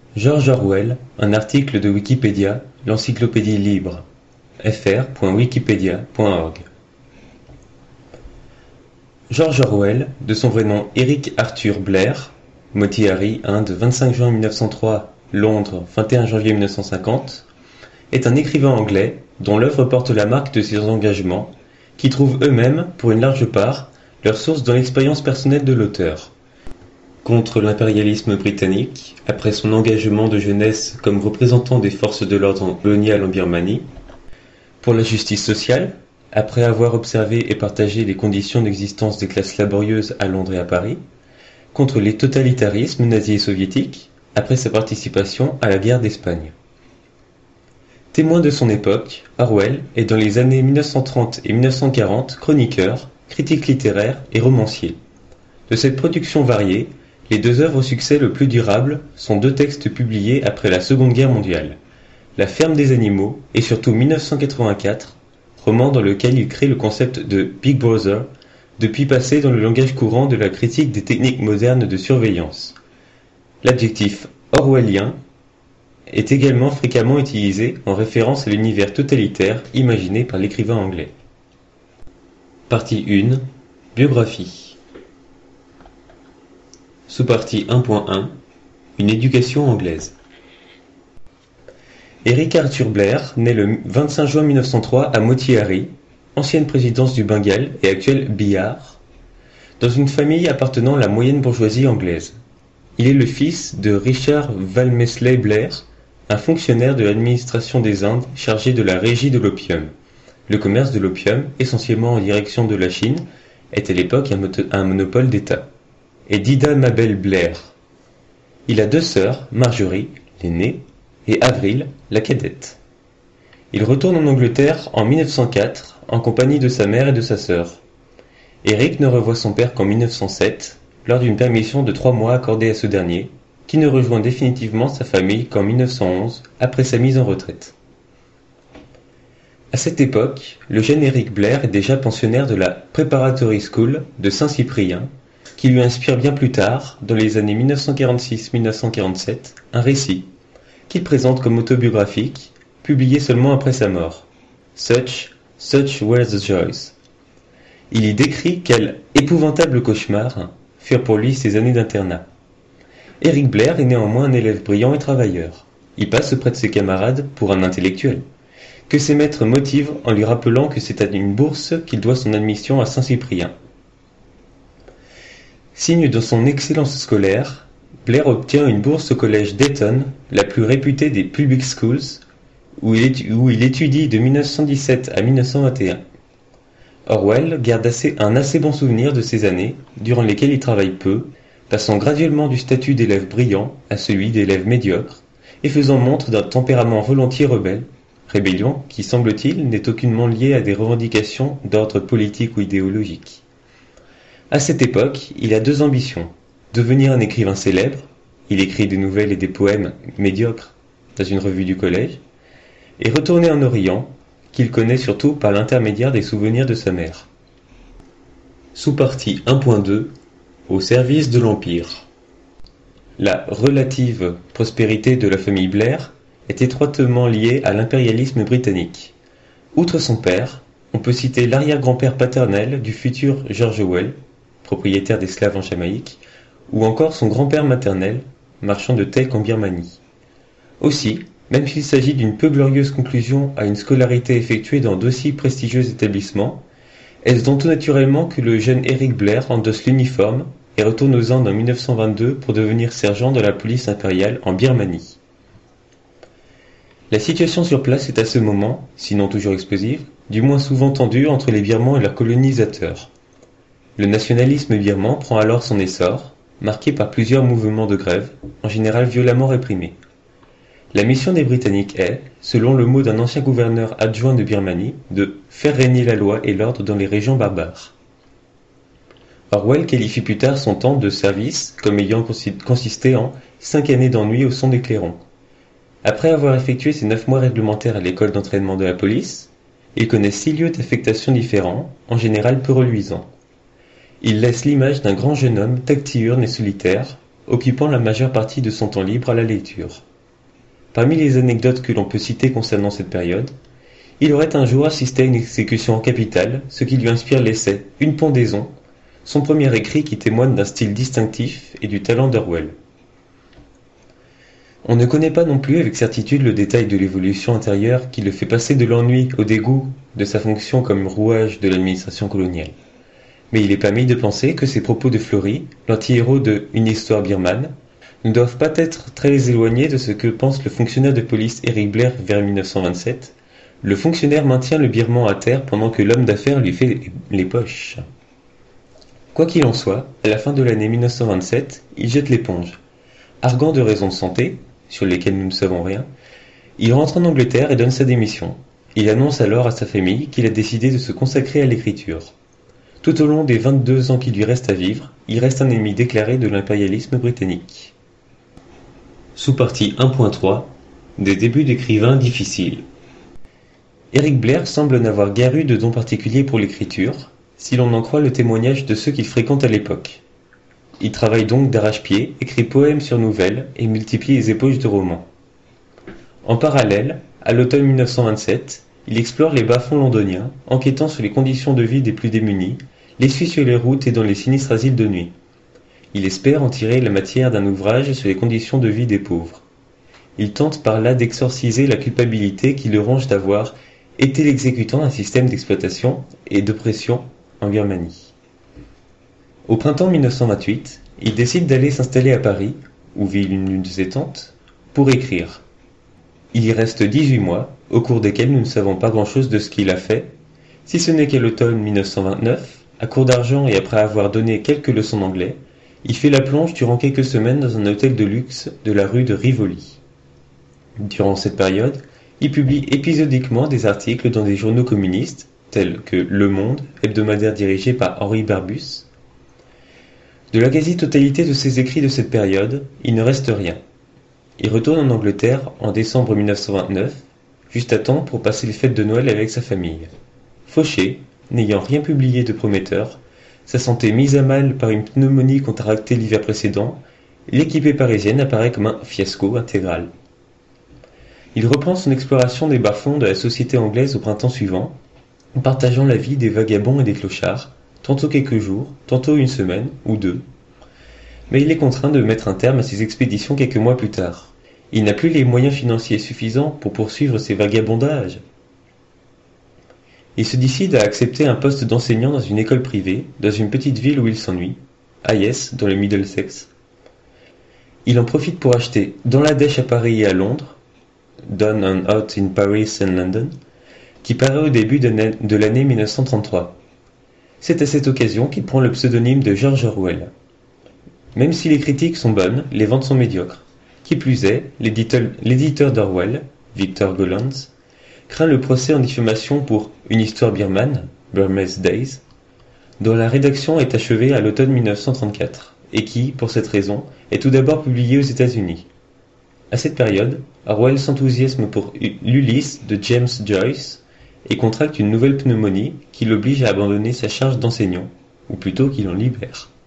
George Orwell, un article de Wikipédia, l'encyclopédie libre, fr.wikipedia.org. George Orwell, de son vrai nom Eric Arthur Blair, Motihari, Inde, 25 juin 1903, Londres, 21 janvier 1950, est un écrivain anglais dont l'œuvre porte la marque de ses engagements, qui trouvent eux-mêmes, pour une large part, leur source dans l'expérience personnelle de l'auteur. Contre l'impérialisme britannique, après son engagement de jeunesse comme représentant des forces de l'ordre colonial en Birmanie, pour la justice sociale, après avoir observé et partagé les conditions d'existence des classes laborieuses à Londres et à Paris, contre les totalitarismes nazis et soviétiques, après sa participation à la guerre d'Espagne. Témoin de son époque, Orwell est dans les années 1930 et 1940 chroniqueur, critique littéraire et romancier. De cette production variée, les deux œuvres au succès le plus durable sont deux textes publiés après la Seconde Guerre mondiale, La ferme des animaux et surtout 1984, roman dans lequel il crée le concept de Big Brother, depuis passé dans le langage courant de la critique des techniques modernes de surveillance. L'adjectif orwellien est également fréquemment utilisé en référence à l'univers totalitaire imaginé par l'écrivain anglais. Partie 1. Biographie. Sous-partie 1.1. Une éducation anglaise. Eric Arthur Blair naît le 25 juin 1903 à Motihari, ancienne présidence du Bengale et actuelle Bihar, dans une famille appartenant à la moyenne bourgeoisie anglaise. Il est le fils de Richard Walmesley Blair, un fonctionnaire de l'administration des Indes chargé de la régie de l'opium. Le commerce de l'opium, essentiellement en direction de la Chine, est à l'époque un monopole d'État. Et d'Ida Mabel Blair. Il a deux sœurs, Marjorie, l'aînée, et Avril, la cadette. Il retourne en Angleterre en 1904 en compagnie de sa mère et de sa sœur. Eric ne revoit son père qu'en 1907, lors d'une permission de 3 mois accordée à ce dernier, qui ne rejoint définitivement sa famille qu'en 1911, après sa mise en retraite. À cette époque, le jeune Eric Blair est déjà pensionnaire de la Preparatory School de Saint-Cyprien, qui lui inspire bien plus tard, dans les années 1946-1947, un récit, qu'il présente comme autobiographique, publié seulement après sa mort. Such were the joys. Il y décrit quels épouvantables cauchemars furent pour lui ces années d'internat. Eric Blair est néanmoins un élève brillant et travailleur. Il passe auprès de ses camarades pour un intellectuel, que ses maîtres motivent en lui rappelant que c'est à une bourse qu'il doit son admission à Saint-Cyprien. Signe de son excellence scolaire, Blair obtient une bourse au collège d'Eton, la plus réputée des public schools, où il étudie de 1917 à 1921. Orwell garde un assez bon souvenir de ces années, durant lesquelles il travaille peu, passant graduellement du statut d'élève brillant à celui d'élève médiocre, et faisant montre d'un tempérament volontiers rebelle, rébellion qui, semble-t-il, n'est aucunement liée à des revendications d'ordre politique ou idéologique. À cette époque, il a deux ambitions. Devenir un écrivain célèbre, il écrit des nouvelles et des poèmes médiocres dans une revue du collège, et retourner en Orient, qu'il connaît surtout par l'intermédiaire des souvenirs de sa mère. Sous-partie 1.2. Au service de l'Empire. La relative prospérité de la famille Blair est étroitement liée à l'impérialisme britannique. Outre son père, on peut citer l'arrière-grand-père paternel du futur George Orwell, propriétaire d'esclaves en Jamaïque, ou encore son grand-père maternel, marchand de teck en Birmanie. Aussi, même s'il s'agit d'une peu glorieuse conclusion à une scolarité effectuée dans d'aussi prestigieux établissements, est-ce donc tout naturellement que le jeune Eric Blair endosse l'uniforme et retourne aux Indes en 1922 pour devenir sergent de la police impériale en Birmanie. La situation sur place est à ce moment, sinon toujours explosive, du moins souvent tendue entre les Birmans et leurs colonisateurs. Le nationalisme birman prend alors son essor, marqué par plusieurs mouvements de grève, en général violemment réprimés. La mission des Britanniques est, selon le mot d'un ancien gouverneur adjoint de Birmanie, de « faire régner la loi et l'ordre dans les régions barbares ». Orwell qualifie plus tard son temps de service comme ayant consisté en 5 années d'ennui au son des clairons. Après avoir effectué ses 9 mois réglementaires à l'école d'entraînement de la police, il connaît 6 lieux d'affectation différents, en général peu reluisants. Il laisse l'image d'un grand jeune homme taciturne et solitaire, occupant la majeure partie de son temps libre à la lecture. Parmi les anecdotes que l'on peut citer concernant cette période, il aurait un jour assisté à une exécution en capitale, ce qui lui inspire l'essai « Une pendaison », son premier écrit qui témoigne d'un style distinctif et du talent d'Orwell. On ne connaît pas non plus avec certitude le détail de l'évolution intérieure qui le fait passer de l'ennui au dégoût de sa fonction comme rouage de l'administration coloniale. Mais il est permis de penser que ces propos de Fleury, l'anti-héros de Une histoire birmane, ne doivent pas être très éloignés de ce que pense le fonctionnaire de police Eric Blair vers 1927. Le fonctionnaire maintient le birman à terre pendant que l'homme d'affaires lui fait les poches. Quoi qu'il en soit, à la fin de l'année 1927, il jette l'éponge. Arguant de raisons de santé, sur lesquelles nous ne savons rien, il rentre en Angleterre et donne sa démission. Il annonce alors à sa famille qu'il a décidé de se consacrer à l'écriture. Tout au long des 22 ans qui lui restent à vivre, il reste un ennemi déclaré de l'impérialisme britannique. Sous-partie 1.3 des débuts d'écrivain difficiles. Eric Blair semble n'avoir guère eu de don particulier pour l'écriture, si l'on en croit le témoignage de ceux qu'il fréquente à l'époque. Il travaille donc d'arrache-pied, écrit poèmes sur nouvelles et multiplie les ébauches de romans. En parallèle, à l'automne 1927, il explore les bas-fonds londoniens, enquêtant sur les conditions de vie des plus démunis, les suit sur les routes et dans les sinistres asiles de nuit. Il espère en tirer la matière d'un ouvrage sur les conditions de vie des pauvres. Il tente par là d'exorciser la culpabilité qui le ronge d'avoir été l'exécutant d'un système d'exploitation et d'oppression en Birmanie. Au printemps 1928, il décide d'aller s'installer à Paris, où vit l'une de ses tantes, pour écrire. Il y reste 18 mois, au cours desquels nous ne savons pas grand-chose de ce qu'il a fait, si ce n'est qu'à l'automne 1929, à court d'argent et après avoir donné quelques leçons d'anglais, il fait la plonge durant quelques semaines dans un hôtel de luxe de la rue de Rivoli. Durant cette période, il publie épisodiquement des articles dans des journaux communistes, tels que Le Monde, hebdomadaire dirigé par Henri Barbus. De la quasi-totalité de ses écrits de cette période, il ne reste rien. Il retourne en Angleterre en décembre 1929, juste à temps pour passer les fêtes de Noël avec sa famille. Fauché, n'ayant rien publié de prometteur, sa santé mise à mal par une pneumonie contractée l'hiver précédent, l'équipée parisienne apparaît comme un fiasco intégral. Il reprend son exploration des bas-fonds de la société anglaise au printemps suivant, partageant la vie des vagabonds et des clochards, tantôt quelques jours, tantôt une semaine ou deux. Mais il est contraint de mettre un terme à ses expéditions quelques mois plus tard. Il n'a plus les moyens financiers suffisants pour poursuivre ses vagabondages. Il se décide à accepter un poste d'enseignant dans une école privée, dans une petite ville où il s'ennuie, Hayes, dans le Middlesex. Il en profite pour acheter Dans la Dèche à Paris et à Londres, Down and Out in Paris and London, qui paraît au début de l'année 1933. C'est à cette occasion qu'il prend le pseudonyme de George Orwell. Même si les critiques sont bonnes, les ventes sont médiocres. Qui plus est, l'éditeur d'Orwell, Victor Gollancz, craint le procès en diffamation pour Une histoire birmane, Burmese Days, dont la rédaction est achevée à l'automne 1934, et qui, pour cette raison, est tout d'abord publié aux États-Unis. À cette période, Orwell s'enthousiasme pour l'Ulysse de James Joyce et contracte une nouvelle pneumonie qui l'oblige à abandonner sa charge d'enseignant, ou plutôt qui l'en libère.